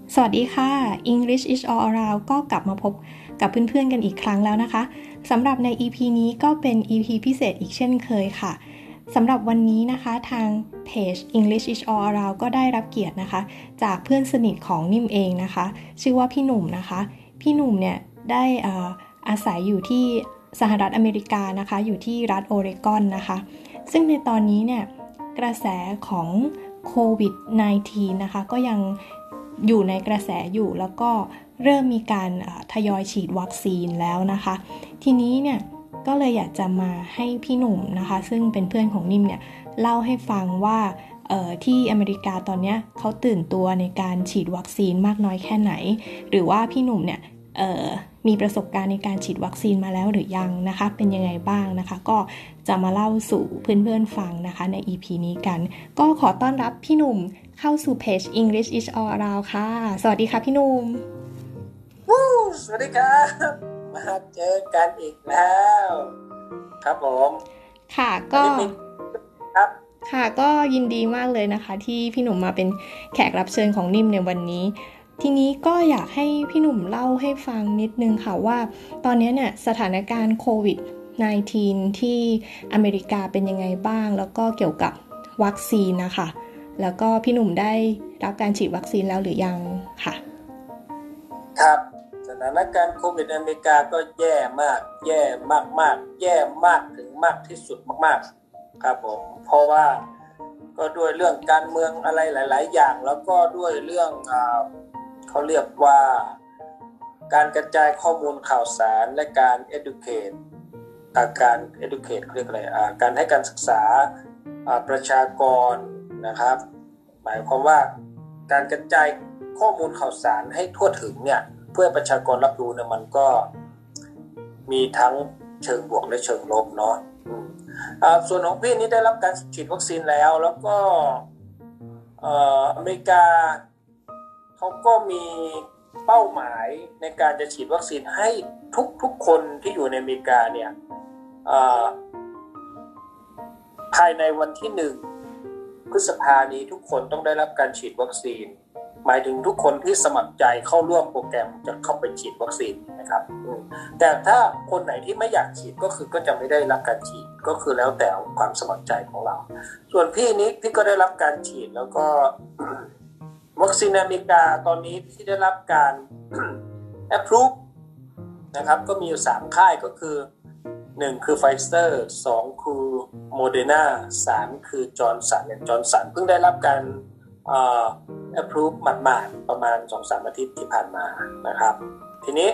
สวัสดีค่ะ English is all around ก็กลับมาพบกับเพื่อนๆกันอีกครั้งแล้วนะคะสำหรับใน EP นี้ก็เป็น EP พิเศษอีกเช่นเคยค่ะสำหรับวันนี้นะคะทางเพจ English is all around ก็ได้รับเกียรตินะคะจากเพื่อนสนิทของนิ่มเองนะคะชื่อว่าพี่หนุ่มนะคะพี่หนุ่มเนี่ยได้อาศัยอยู่ที่สหรัฐอเมริกานะคะอยู่ที่รัฐโอเรกอนนะคะซึ่งในตอนนี้เนี่ยกระแสของโควิด -19 นะคะก็ยังอยู่ในกระแสอยู่แล้วก็เริ่มมีการทยอยฉีดวัคซีนแล้วนะคะทีนี้เนี่ยก็เลยอยากจะมาให้พี่หนุ่มนะคะซึ่งเป็นเพื่อนของนิ่มเนี่ยเล่าให้ฟังว่าที่อเมริกาตอนนี้เขาตื่นตัวในการฉีดวัคซีนมากน้อยแค่ไหนหรือว่าพี่หนุ่มเนี่ยมีประสบการณ์ในการฉีดวัคซีนมาแล้วหรือยังนะคะเป็นยังไงบ้างนะคะก็จะมาเล่าสู่เพื่อนๆฟังนะคะใน EP นี้กันก็ขอต้อนรับพี่หนุ่มเข้าสู่เพจ English is all around ค่ะสวัสดีค่ะพี่หนุ่มสวัสดีครับมาเจอกันอีกแล้วครับผมค่ะก็ครับค่ะก็ยินดีมากเลยนะคะที่พี่หนุ่มมาเป็นแขกรับเชิญของนิ่มในวันนี้ทีนี้ก็อยากให้พี่หนุ่มเล่าให้ฟังนิดนึงค่ะว่าตอนนี้เนี่ยสถานการณ์โควิด -19 ที่อเมริกาเป็นยังไงบ้างแล้วก็เกี่ยวกับวัคซีนนะคะแล้วก็พี่หนุ่มได้รับการฉีดวัคซีนแล้วหรือยังค่ะครับสถานการณ์โควิดในอเมริกาก็แย่มากแย่มากๆแย่มากถึงมากที่สุดมากๆครับผมเพราะว่าก็ด้วยเรื่องการเมืองอะไรหลายๆอย่างแล้วก็ด้วยเรื่องเขาเรียกว่าการกระจายข้อมูลข่าวสารและการ educate เรียกอะไรการให้การศึกษาประชากรนะครับหมายความว่าการกระจายข้อมูลข่าวสารให้ทั่วถึงเนี่ยเพื่อประชากรรับรู้เนี่ยมันก็มีทั้งเชิงบวกและเชิงลบเนาะส่วนของพี่นี่ได้รับการฉีดวัคซีนแล้วก็อเมริกาเขาก็มีเป้าหมายในการจะฉีดวัคซีนให้ทุกคนที่อยู่ในอเมริกาเนี่ยภายในวันที่1 พฤษภาคมนี้ทุกคนต้องได้รับการฉีดวัคซีนหมายถึงทุกคนที่สมัครใจเข้าร่วมโปรแกรมจะเข้าไปฉีดวัคซีนนะครับแต่ถ้าคนไหนที่ไม่อยากฉีดก็จะไม่ได้รับการฉีดก็คือแล้วแต่ความสมัครใจของเราส่วนพี่ก็ได้รับการฉีดแล้วก็วัคซีนอเมริกาตอนนี้ที่ได้รับการ approve นะครับก็มีอยู่3ค่ายก็คือ1คือ Pfizer 2คือ Moderna 3คือ Johnson เพิ่งได้รับการapprove หมาดๆประมาณ 2-3 อาทิตย์ที่ผ่านมานะครับทีนี้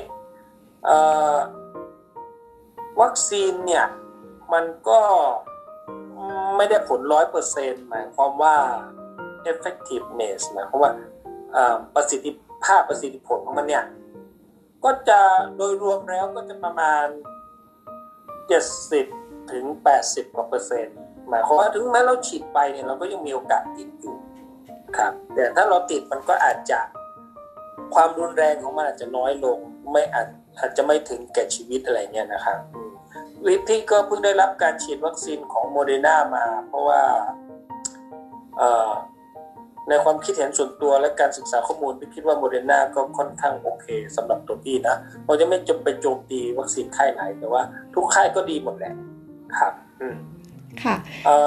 วัคซีนเนี่ยมันก็ไม่ได้ผล 100% หมายความว่า effectiveness หมายความว่าประสิทธิผลของมันเนี่ยก็จะโดยรวมแล้วก็จะประมาณ70ถึง80กว่าเปอร์เซ็นต์หมายความว่าถึงแม้เราฉีดไปเนี่ยเราก็ยังมีโอกาสติดอยู่ครับแต่ถ้าเราติดมันก็อาจจะความรุนแรงของมันอาจจะน้อยลงไม่อาจจะไม่ถึงแก่ชีวิตอะไรเงี้ยนะครับพี่ก็เพิ่งได้รับการฉีดวัคซีนของโมเดอร์นามาเพราะว่าในความคิดเห็นส่วนตัวและการศึกษาข้อมูลพี่คิดว่าโมเดอร์นาก็ค่อนข้างโอเคสำหรับตัวพี่นะเราจะไม่จำเป็นโจมตีวัคซีนค่ายไหนแต่ว่าทุกค่ายก็ดีหมดแหละครับค่ะ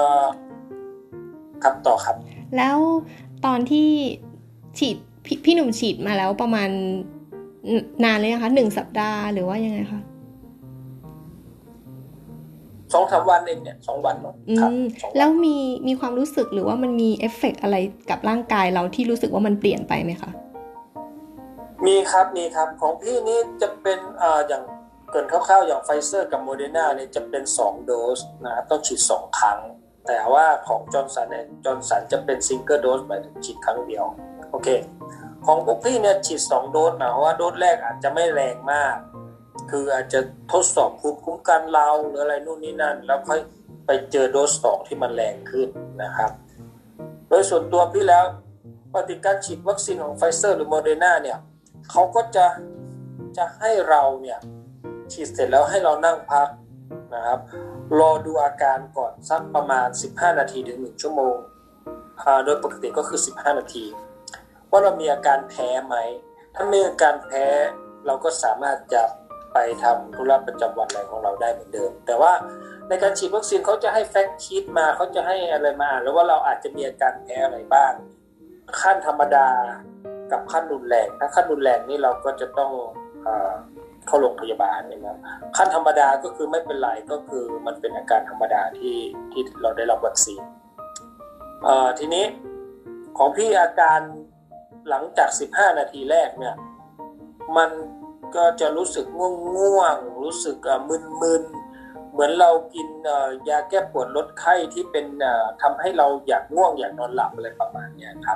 ครับต่อครับแล้วตอนที่ฉีดพี่หนุ่มฉีดมาแล้วประมาณนานเลยนะคะ1 สัปดาห์หรือว่ายังไงคะ 2-3 วันเองเนี่ย2 วันเนาะครับแล้วมีความรู้สึกหรือว่ามันมีเอฟเฟกต์อะไรกับร่างกายเราที่รู้สึกว่ามันเปลี่ยนไปไหมคะมีครับของพี่นี่จะเป็นอย่างเกินคร่าวๆอย่างไฟเซอร์กับโมเดอร์นาเนี่ยจะเป็น2โดสนะครับต้องฉีด2ครั้งแต่ว่าของจอห์นสันจะเป็นซิงเกิลโดสหมายถึงฉีดครั้งเดียวโอเคของพวกพี่เนี่ยฉีด2โดสหมายความว่าโดสแรกอาจจะไม่แรงมากคืออาจจะทดสอบภูมิคุ้มกันเราหรืออะไรนู่นนี่นั่นแล้วค่อยไปเจอโดส2ที่มันแรงขึ้นนะครับโดยส่วนตัวพี่แล้วปฏิการฉีดวัคซีนของไฟเซอร์หรือโมเดอร์นาเนี่ยเขาก็จะให้เราเนี่ยฉีดเสร็จแล้วให้เรานั่งพักนะครับรอดูอาการก่อนสักประมาณ15 นาทีถึง1 ชั่วโมงโดยปกติก็คือ15 นาทีว่าเรามีอาการแพ้ไหมถ้ามีอาการแพ้เราก็สามารถจะไปทำธุระประจำวันอะไรของเราได้เหมือนเดิมแต่ว่าในการฉีดวัคซีนเขาจะให้แฟกต์ชีทมาเขาจะให้อะไรมาหรือว่าเราอาจจะมีอาการแพ้อะไรบ้างขั้นธรรมดากับขั้นรุนแรงถ้าขั้นรุนแรงนี่เราก็จะต้องเข้าโรงพยาบาลนะครับขั้นธรรมดาก็คือไม่เป็นไรก็คือมันเป็นอาการธรรมดาที่เราได้รับวัคซีนทีนี้ของพี่อาการหลังจาก15นาทีแรกเนี่ยมันก็จะรู้สึกง่วงรู้สึกมึนๆเหมือนเรากินยาแก้ปวดลดไข้ที่เป็นทำให้เราอยากง่วงอยากนอนหลับอะไรประมาณนี้ครับ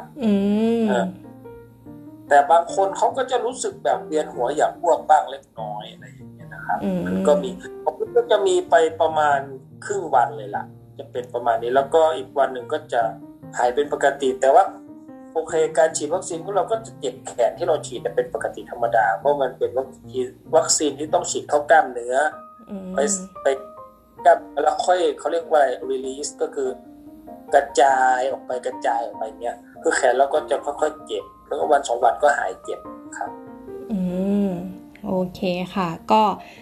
แต่บางคนเขาก็จะรู้สึกแบบเวียนหัวอยากอ้วกบ้างเล็กน้อยอะไรอย่างเงี้ยนะครับมันก็มีผมก็จะมีไปประมาณครึ่งวันเลยล่ะจะเป็นประมาณนี้แล้วก็อีกวันหนึ่งก็จะหายเป็นปกติแต่ว่าโอเคการฉีดวัคซีนของเราก็จะเจ็บแขนที่เราฉีดเป็นปกติธรรมดาเพราะมันเป็นวัคซีนที่ต้องฉีดเข้ากล้ามเนื้อไปกับแล้วค่อยเขาเรียกว่า release ก็คือกระจายออกไปเนี้ยคือแขนเราก็จะค่อยๆเจ็บแล้วก็วัน2วันก็หายเจ็บครับโอเคค่ะก็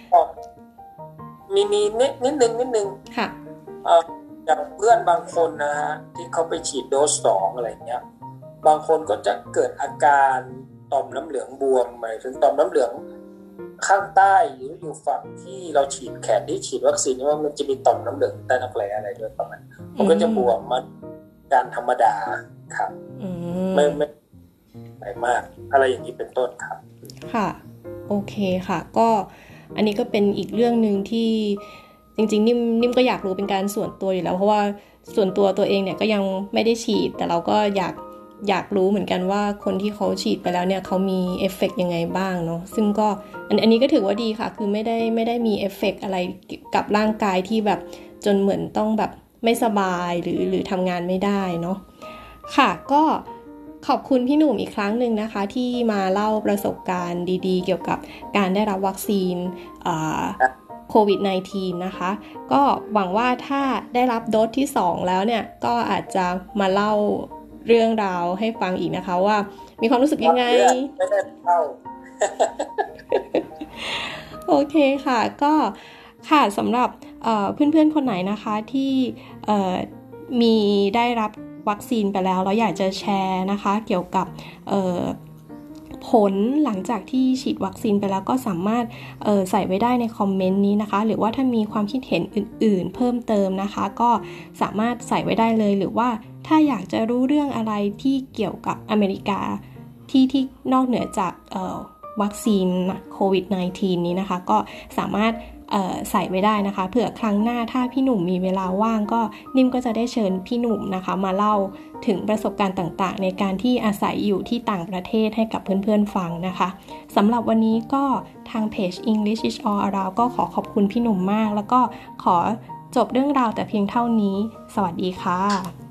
มีนิดนึงค่ะอย่างเพื่อนบางคนนะฮะที่เขาไปฉีดโดส2อะไรเงี้ยบางคนก็จะเกิดอาการต่อมน้ำเหลืองบวมหมายถึงต่อมน้ำเหลืองข้างใต้หรืออยู่ฝั่งที่เราฉีดแขนที่ฉีดวัคซีนว่ามันจะมีต่อมน้ำเหลืองใต้รักแร้อะไรด้วยประมาณมันก็จะบวมมันการธรรมดาครับไม่มากอะไรอย่างนี้เป็นต้นครับค่ะโอเคค่ะก็อันนี้ก็เป็นอีกเรื่องนึงที่จริงๆนิ่มก็อยากรู้เป็นการส่วนตัวอยู่แล้วเพราะว่าส่วนตัวเองเนี่ยก็ยังไม่ได้ฉีดแต่เราก็อยากรู้เหมือนกันว่าคนที่เขาฉีดไปแล้วเนี่ยเขามีเอฟเฟกต์ยังไงบ้างเนาะซึ่งก็อันนี้ก็ถือว่าดีค่ะคือไม่ได้มีเอฟเฟกต์อะไรกับร่างกายที่แบบจนเหมือนต้องแบบไม่สบายหรือทำงานไม่ได้เนาะค่ะก็ขอบคุณพี่หนุ่มอีกครั้งหนึ่งนะคะที่มาเล่าประสบการณ์ดีๆเกี่ยวกับการได้รับวัคซีนโควิด -19 นะคะก็หวังว่าถ้าได้รับโดสที่2แล้วเนี่ยก็อาจจะมาเล่าเรื่องราวให้ฟังอีกนะคะว่ามีความรู้สึกยังไงไม่ได้เล่าโอเคค่ะก็ค่ะสำหรับเพื่อนๆคนไหนนะคะที่มีได้รับวัคซีนไปแล้วอยากจะแชร์นะคะเกี่ยวกับผลหลังจากที่ฉีดวัคซีนไปแล้วก็สามารถใส่ไว้ได้ในคอมเมนต์นี้นะคะหรือว่าถ้ามีความคิดเห็นอื่นๆเพิ่มเติมนะคะก็สามารถใส่ไว้ได้เลยหรือว่าถ้าอยากจะรู้เรื่องอะไรที่เกี่ยวกับอเมริกาที่นอกเหนือจากวัคซีนโควิด -19 นี้นะคะก็สามารถใส่ไว้ได้นะคะเผื่อครั้งหน้าถ้าพี่หนุ่มมีเวลาว่างก็นิ่มก็จะได้เชิญพี่หนุ่มนะคะมาเล่าถึงประสบการณ์ต่างๆในการที่อาศัยอยู่ที่ต่างประเทศให้กับเพื่อนๆฟังนะคะสำหรับวันนี้ก็ทางเพจ English is all around ก็ขอบคุณพี่หนุ่มมากแล้วก็ขอจบเรื่องราวแต่เพียงเท่านี้สวัสดีค่ะ